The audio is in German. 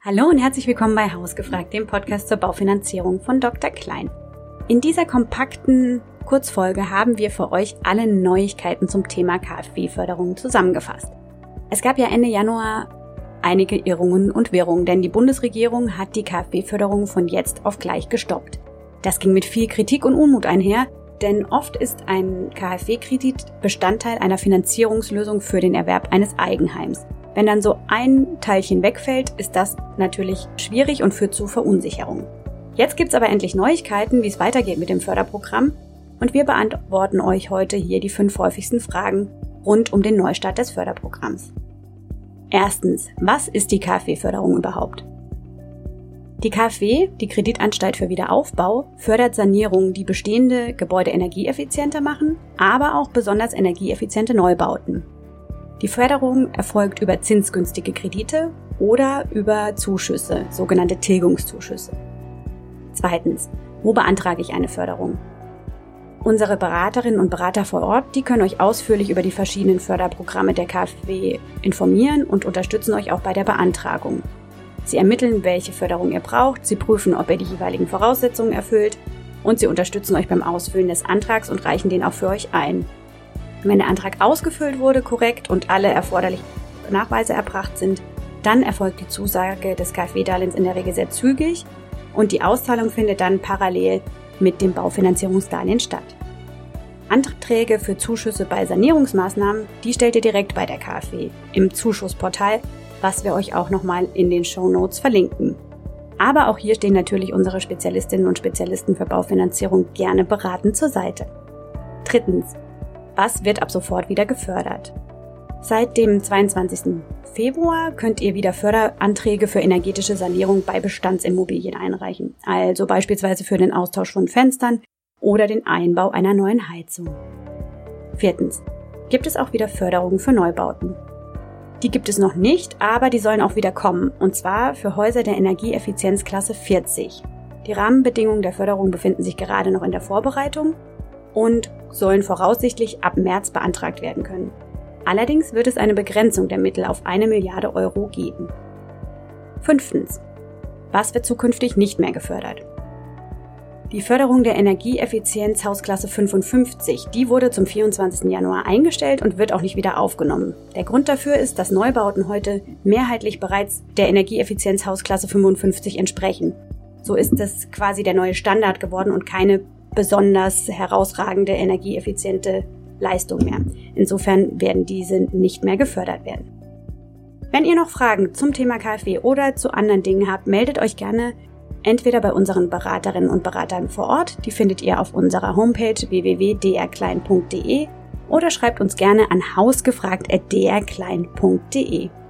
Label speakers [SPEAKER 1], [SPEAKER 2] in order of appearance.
[SPEAKER 1] Hallo und herzlich willkommen bei Hausgefragt, dem Podcast zur Baufinanzierung von Dr. Klein. In dieser kompakten Kurzfolge haben wir für euch alle Neuigkeiten zum Thema KfW-Förderung zusammengefasst. Es gab ja Ende Januar einige Irrungen und Wirrungen, denn die Bundesregierung hat die KfW-Förderung von jetzt auf gleich gestoppt. Das ging mit viel Kritik und Unmut einher, denn oft ist ein KfW-Kredit Bestandteil einer Finanzierungslösung für den Erwerb eines Eigenheims. Wenn dann so ein Teilchen wegfällt, ist das natürlich schwierig und führt zu Verunsicherung. Jetzt gibt's aber endlich Neuigkeiten, wie es weitergeht mit dem Förderprogramm, und wir beantworten euch heute hier die 5 häufigsten Fragen rund um den Neustart des Förderprogramms. Erstens, was ist die KfW-Förderung überhaupt? Die KfW, die Kreditanstalt für Wiederaufbau, fördert Sanierungen, die bestehende Gebäude energieeffizienter machen, aber auch besonders energieeffiziente Neubauten. Die Förderung erfolgt über zinsgünstige Kredite oder über Zuschüsse, sogenannte Tilgungszuschüsse. Zweitens, wo beantrage ich eine Förderung? Unsere Beraterinnen und Berater vor Ort, die können euch ausführlich über die verschiedenen Förderprogramme der KfW informieren und unterstützen euch auch bei der Beantragung. Sie ermitteln, welche Förderung ihr braucht, sie prüfen, ob ihr die jeweiligen Voraussetzungen erfüllt und sie unterstützen euch beim Ausfüllen des Antrags und reichen den auch für euch ein. Wenn der Antrag ausgefüllt wurde, korrekt und alle erforderlichen Nachweise erbracht sind, dann erfolgt die Zusage des KfW-Darlehens in der Regel sehr zügig und die Auszahlung findet dann parallel mit dem Baufinanzierungsdarlehen statt. Anträge für Zuschüsse bei Sanierungsmaßnahmen, die stellt ihr direkt bei der KfW im Zuschussportal, was wir euch auch nochmal in den Shownotes verlinken. Aber auch hier stehen natürlich unsere Spezialistinnen und Spezialisten für Baufinanzierung gerne beratend zur Seite. Drittens. Was wird ab sofort wieder gefördert? Seit dem 22. Februar könnt ihr wieder Förderanträge für energetische Sanierung bei Bestandsimmobilien einreichen, also beispielsweise für den Austausch von Fenstern oder den Einbau einer neuen Heizung. Viertens. Gibt es auch wieder Förderungen für Neubauten? Die gibt es noch nicht, aber die sollen auch wieder kommen, und zwar für Häuser der Energieeffizienzklasse 40. Die Rahmenbedingungen der Förderung befinden sich gerade noch in der Vorbereitung und sollen voraussichtlich ab März beantragt werden können. Allerdings wird es eine Begrenzung der Mittel auf 1 Milliarde Euro geben. Fünftens. Was wird zukünftig nicht mehr gefördert? Die Förderung der Energieeffizienz Hausklasse 55, die wurde zum 24. Januar eingestellt und wird auch nicht wieder aufgenommen. Der Grund dafür ist, dass Neubauten heute mehrheitlich bereits der Energieeffizienz Hausklasse 55 entsprechen. So ist es quasi der neue Standard geworden und keine besonders herausragende energieeffiziente Leistung mehr. Insofern werden diese nicht mehr gefördert werden. Wenn ihr noch Fragen zum Thema KfW oder zu anderen Dingen habt, meldet euch gerne entweder bei unseren Beraterinnen und Beratern vor Ort, die findet ihr auf unserer Homepage www.drklein.de oder schreibt uns gerne an hausgefragt@drklein.de.